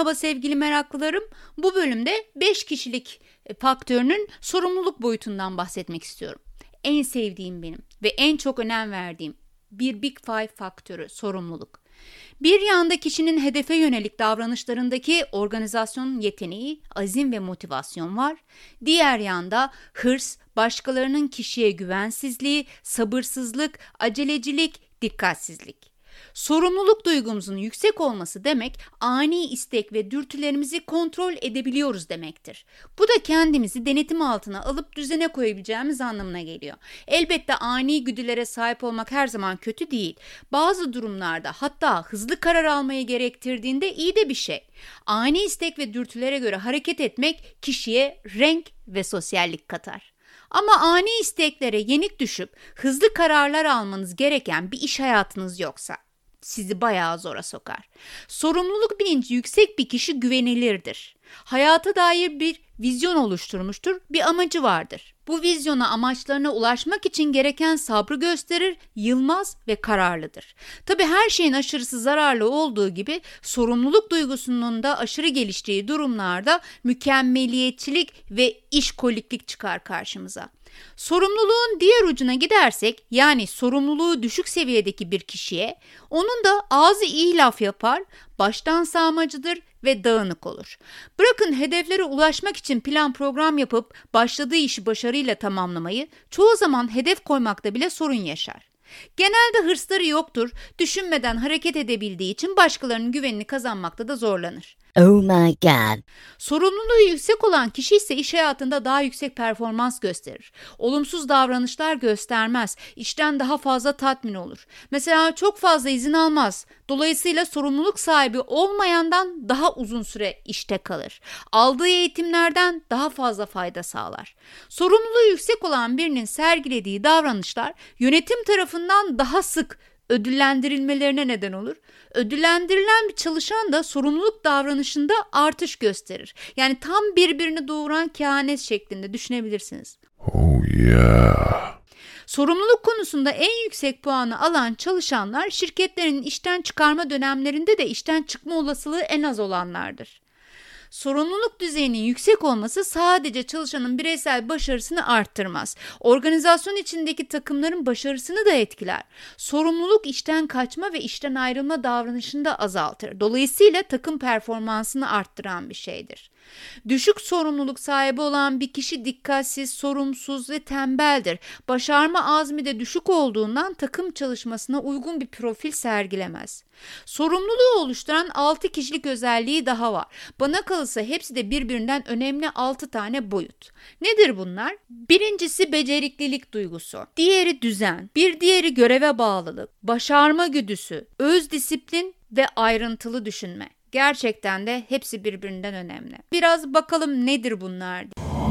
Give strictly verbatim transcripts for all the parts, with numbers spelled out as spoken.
Merhaba sevgili meraklılarım. Bu bölümde beş kişilik faktörünün sorumluluk boyutundan bahsetmek istiyorum. En sevdiğim benim ve en çok önem verdiğim bir Big Five faktörü sorumluluk. Bir yanda kişinin hedefe yönelik davranışlarındaki organizasyon yeteneği, azim ve motivasyon var. Diğer yanda hırs, başkalarının kişiye güvensizliği, sabırsızlık, acelecilik, dikkatsizlik. Sorumluluk duygumuzun yüksek olması demek, ani istek ve dürtülerimizi kontrol edebiliyoruz demektir. Bu da kendimizi denetim altına alıp düzene koyabileceğimiz anlamına geliyor. Elbette ani güdülere sahip olmak her zaman kötü değil. Bazı durumlarda hatta hızlı karar almayı gerektirdiğinde iyi de bir şey. Ani istek ve dürtülere göre hareket etmek kişiye renk ve sosyallik katar. Ama ani isteklere yenik düşüp hızlı kararlar almanız gereken bir iş hayatınız yoksa sizi bayağı zora sokar. Sorumluluk bilinci yüksek bir kişi güvenilirdir. Hayata dair bir vizyon oluşturmuştur, bir amacı vardır. Bu vizyona, amaçlarına ulaşmak için gereken sabrı gösterir, yılmaz ve kararlıdır. Tabii her şeyin aşırısı zararlı olduğu gibi sorumluluk duygusunun da aşırı geliştiği durumlarda mükemmeliyetçilik ve işkoliklik çıkar karşımıza. Sorumluluğun diğer ucuna gidersek, yani sorumluluğu düşük seviyedeki bir kişiye, onun da ağzı iyi laf yapar, baştan sağmacıdır ve dağınık olur. Bırakın hedeflere ulaşmak için plan program yapıp başladığı işi başarıyla tamamlamayı, çoğu zaman hedef koymakta bile sorun yaşar. Genelde hırsları yoktur, düşünmeden hareket edebildiği için başkalarının güvenini kazanmakta da zorlanır. Oh my God. Sorumluluğu yüksek olan kişi ise iş hayatında daha yüksek performans gösterir. Olumsuz davranışlar göstermez, işten daha fazla tatmin olur. Mesela çok fazla izin almaz. Dolayısıyla sorumluluk sahibi olmayandan daha uzun süre işte kalır. Aldığı eğitimlerden daha fazla fayda sağlar. Sorumluluğu yüksek olan birinin sergilediği davranışlar yönetim tarafından daha sık ödüllendirilmelerine neden olur. Ödüllendirilen bir çalışan da sorumluluk davranışında artış gösterir. Yani tam birbirini doğuran kehanet şeklinde düşünebilirsiniz. Oh yeah. Sorumluluk konusunda en yüksek puanı alan çalışanlar şirketlerin işten çıkarma dönemlerinde de işten çıkma olasılığı en az olanlardır. Sorumluluk düzeyinin yüksek olması sadece çalışanın bireysel başarısını arttırmaz. Organizasyon içindeki takımların başarısını da etkiler. Sorumluluk işten kaçma ve işten ayrılma davranışını da azaltır. Dolayısıyla takım performansını arttıran bir şeydir. Düşük sorumluluk sahibi olan bir kişi dikkatsiz, sorumsuz ve tembeldir. Başarma azmi de düşük olduğundan takım çalışmasına uygun bir profil sergilemez. Sorumluluğu oluşturan altı kişilik özelliği daha var. Bana kalırsa hepsi de birbirinden önemli altı tane boyut. Nedir bunlar? Birincisi beceriklilik duygusu, diğeri düzen, bir diğeri göreve bağlılık, başarma güdüsü, öz disiplin ve ayrıntılı düşünme. Gerçekten de hepsi birbirinden önemli. Biraz bakalım nedir bunlar?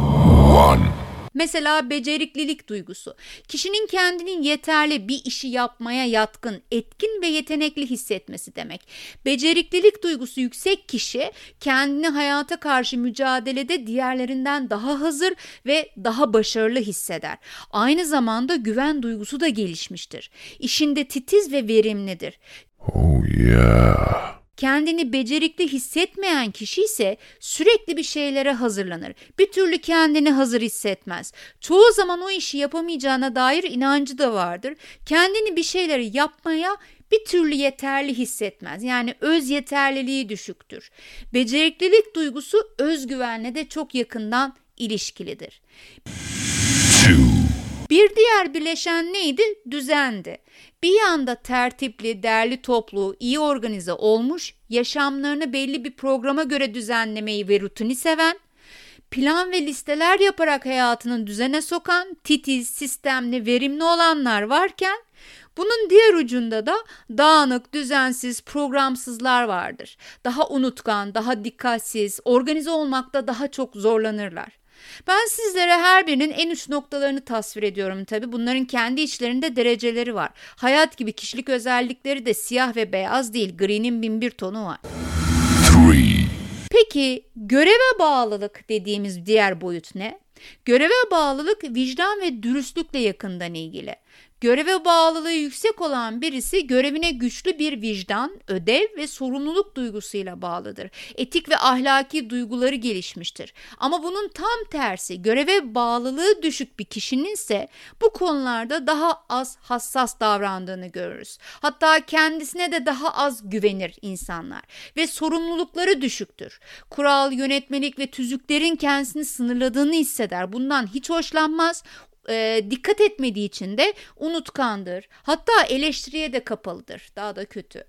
One. Mesela beceriklilik duygusu. Kişinin kendini yeterli bir işi yapmaya yatkın, etkin ve yetenekli hissetmesi demek. Beceriklilik duygusu yüksek kişi kendini hayata karşı mücadelede diğerlerinden daha hazır ve daha başarılı hisseder. Aynı zamanda güven duygusu da gelişmiştir. İşinde titiz ve verimlidir. Oh yeah. Kendini becerikli hissetmeyen kişi ise sürekli bir şeylere hazırlanır. Bir türlü kendini hazır hissetmez. Çoğu zaman o işi yapamayacağına dair inancı da vardır. Kendini bir şeyleri yapmaya bir türlü yeterli hissetmez. Yani öz yeterliliği düşüktür. Beceriklilik duygusu özgüvenle de çok yakından ilişkilidir. Two. Bir diğer bileşen neydi? Düzendi. Bir yanda tertipli, derli toplu, iyi organize olmuş, yaşamlarını belli bir programa göre düzenlemeyi ve rutini seven, plan ve listeler yaparak hayatını düzene sokan, titiz, sistemli, verimli olanlar varken, bunun diğer ucunda da dağınık, düzensiz, programsızlar vardır. Daha unutkan, daha dikkatsiz, organize olmakta daha çok zorlanırlar. Ben sizlere her birinin en uç noktalarını tasvir ediyorum tabii. Bunların kendi içlerinde dereceleri var. Hayat gibi kişilik özellikleri de siyah ve beyaz değil. Gri'nin bin bir tonu var. Three. Peki göreve bağlılık dediğimiz diğer boyut ne? Göreve bağlılık vicdan ve dürüstlükle yakından ilgili. Göreve bağlılığı yüksek olan birisi görevine güçlü bir vicdan, ödev ve sorumluluk duygusuyla bağlıdır. Etik ve ahlaki duyguları gelişmiştir. Ama bunun tam tersi, göreve bağlılığı düşük bir kişinin ise bu konularda daha az hassas davrandığını görürüz. Hatta kendisine de daha az güvenir insanlar ve sorumlulukları düşüktür. Kural, yönetmelik ve tüzüklerin kendisini sınırladığını hisseder. Bundan hiç hoşlanmaz. E, dikkat etmediği için de unutkandır. Hatta eleştiriye de kapalıdır. Daha da kötü.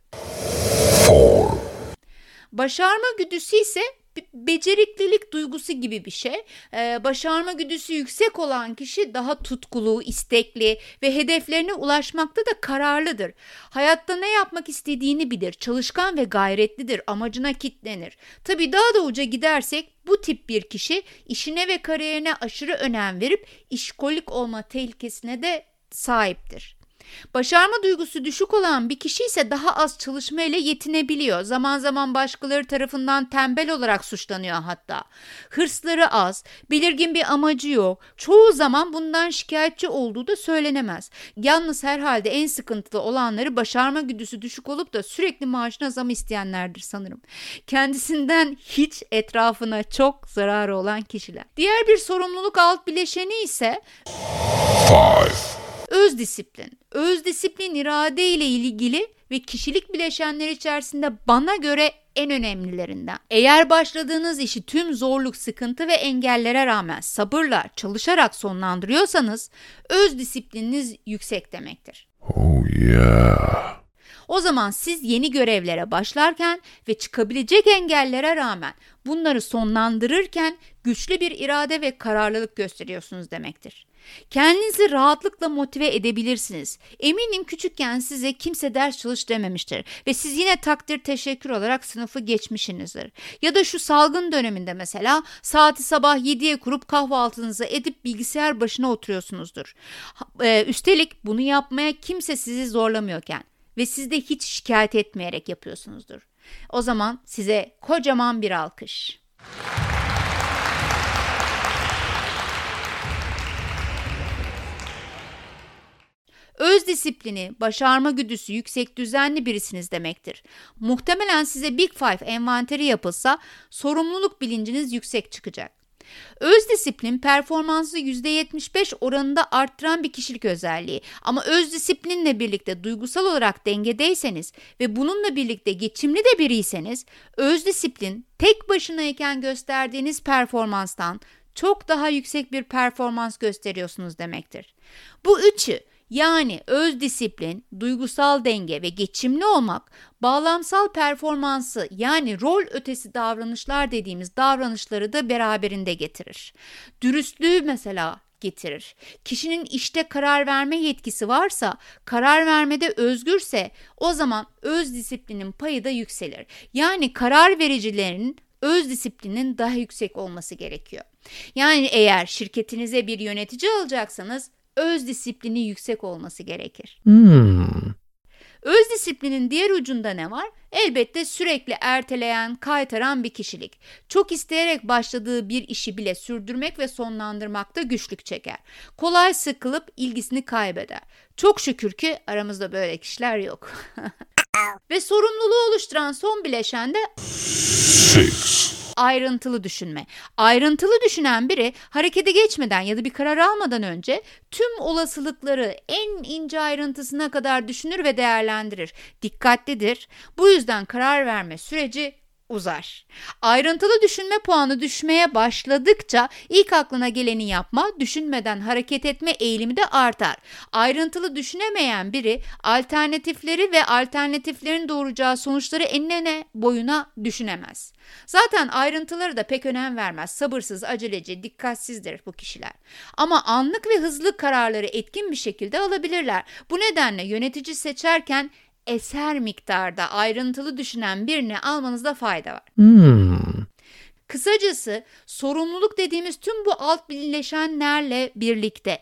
four, Başarma güdüsü ise beceriklilik duygusu gibi bir şey. Ee, başarma güdüsü yüksek olan kişi daha tutkulu, istekli ve hedeflerine ulaşmakta da kararlıdır. Hayatta ne yapmak istediğini bilir, çalışkan ve gayretlidir, amacına kitlenir. Tabii daha da uca gidersek bu tip bir kişi işine ve kariyerine aşırı önem verip işkolik olma tehlikesine de sahiptir. Başarma duygusu düşük olan bir kişi ise daha az çalışma ile yetinebiliyor. Zaman zaman başkaları tarafından tembel olarak suçlanıyor hatta. Hırsları az, belirgin bir amacı yok. Çoğu zaman bundan şikayetçi olduğu da söylenemez. Yalnız herhalde en sıkıntılı olanları başarma güdüsü düşük olup da sürekli maaşına zam isteyenlerdir sanırım. Kendisinden hiç etrafına çok zararı olan kişiler. Diğer bir sorumluluk alt bileşeni ise five, öz disiplin. Öz disiplin irade ile ilgili ve kişilik bileşenleri içerisinde bana göre en önemlilerinden. Eğer başladığınız işi tüm zorluk, sıkıntı ve engellere rağmen sabırla, çalışarak sonlandırıyorsanız öz disiplininiz yüksek demektir. oh yeah, O zaman siz yeni görevlere başlarken ve çıkabilecek engellere rağmen bunları sonlandırırken güçlü bir irade ve kararlılık gösteriyorsunuz demektir. Kendinizi rahatlıkla motive edebilirsiniz. Eminim küçükken size kimse ders çalış dememiştir ve siz yine takdir teşekkür olarak sınıfı geçmişsinizdir. Ya da şu salgın döneminde mesela saati sabah yediye kurup kahvaltınızı edip bilgisayar başına oturuyorsunuzdur. Ee, üstelik bunu yapmaya kimse sizi zorlamıyorken ve siz de hiç şikayet etmeyerek yapıyorsunuzdur. O zaman size kocaman bir alkış. Öz disiplini, başarma güdüsü yüksek düzenli birisiniz demektir. Muhtemelen size Big Five envanteri yapılsa sorumluluk bilinciniz yüksek çıkacak. Öz disiplin performansı yüzde yetmiş beş oranında arttıran bir kişilik özelliği. Ama öz disiplinle birlikte duygusal olarak dengedeyseniz ve bununla birlikte geçimli de biriyseniz öz disiplin tek başınayken gösterdiğiniz performanstan çok daha yüksek bir performans gösteriyorsunuz demektir. Bu üçü yani öz disiplin, duygusal denge ve geçimli olmak, bağlamsal performansı yani rol ötesi davranışlar dediğimiz davranışları da beraberinde getirir. Dürüstlüğü mesela getirir. Kişinin işte karar verme yetkisi varsa, karar vermede özgürse o zaman öz disiplinin payı da yükselir. Yani karar vericilerin öz disiplinin daha yüksek olması gerekiyor. Yani eğer şirketinize bir yönetici alacaksanız öz disiplini yüksek olması gerekir. hmm, Öz disiplinin diğer ucunda ne var? Elbette sürekli erteleyen, kaytaran bir kişilik. Çok isteyerek başladığı bir işi bile sürdürmek ve sonlandırmakta güçlük çeker. Kolay sıkılıp ilgisini kaybeder. Çok şükür ki aramızda böyle kişiler yok. Ve sorumluluğu oluşturan son bileşen de six, ayrıntılı düşünme. Ayrıntılı düşünen biri harekete geçmeden ya da bir karar almadan önce tüm olasılıkları en ince ayrıntısına kadar düşünür ve değerlendirir. Dikkatlidir. Bu yüzden karar verme süreci uzar. Ayrıntılı düşünme puanı düşmeye başladıkça ilk aklına geleni yapma, düşünmeden hareket etme eğilimi de artar. Ayrıntılı düşünemeyen biri alternatifleri ve alternatiflerin doğuracağı sonuçları enine boyuna düşünemez. Zaten ayrıntıları da pek önem vermez. Sabırsız, aceleci, dikkatsizdir bu kişiler. Ama anlık ve hızlı kararları etkin bir şekilde alabilirler. Bu nedenle yönetici seçerken eser miktarda ayrıntılı düşünen birini almanızda fayda var. hmm, Kısacası sorumluluk dediğimiz tüm bu alt bileşenlerle birlikte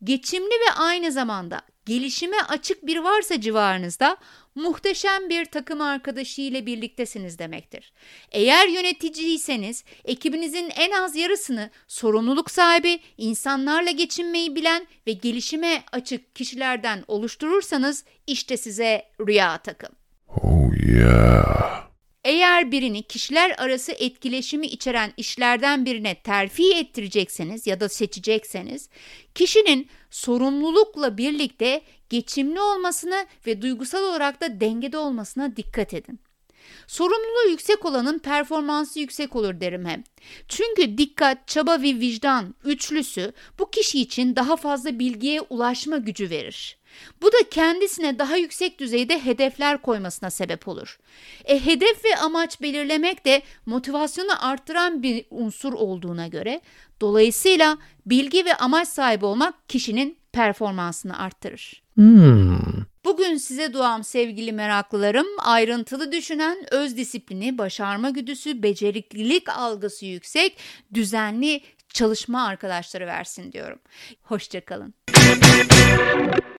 geçimli ve aynı zamanda gelişime açık biri varsa civarınızda muhteşem bir takım arkadaşı ile birliktesiniz demektir. Eğer yöneticiyseniz ekibinizin en az yarısını sorumluluk sahibi, insanlarla geçinmeyi bilen ve gelişime açık kişilerden oluşturursanız işte size rüya takım. Oh yeah. Eğer birini kişiler arası etkileşimi içeren işlerden birine terfi ettirecekseniz ya da seçecekseniz, kişinin sorumlulukla birlikte geçimli olmasına ve duygusal olarak da dengede olmasına dikkat edin. Sorumluluğu yüksek olanın performansı yüksek olur derim hep. Çünkü dikkat, çaba ve vicdan üçlüsü bu kişi için daha fazla bilgiye ulaşma gücü verir. Bu da kendisine daha yüksek düzeyde hedefler koymasına sebep olur. E, hedef ve amaç belirlemek de motivasyonu arttıran bir unsur olduğuna göre, dolayısıyla bilgi ve amaç sahibi olmak kişinin performansını arttırır. Hmm. Bugün size duam sevgili meraklılarım, ayrıntılı düşünen, öz disiplini, başarma güdüsü, beceriklilik algısı yüksek, düzenli çalışma arkadaşları versin diyorum. Hoşça kalın.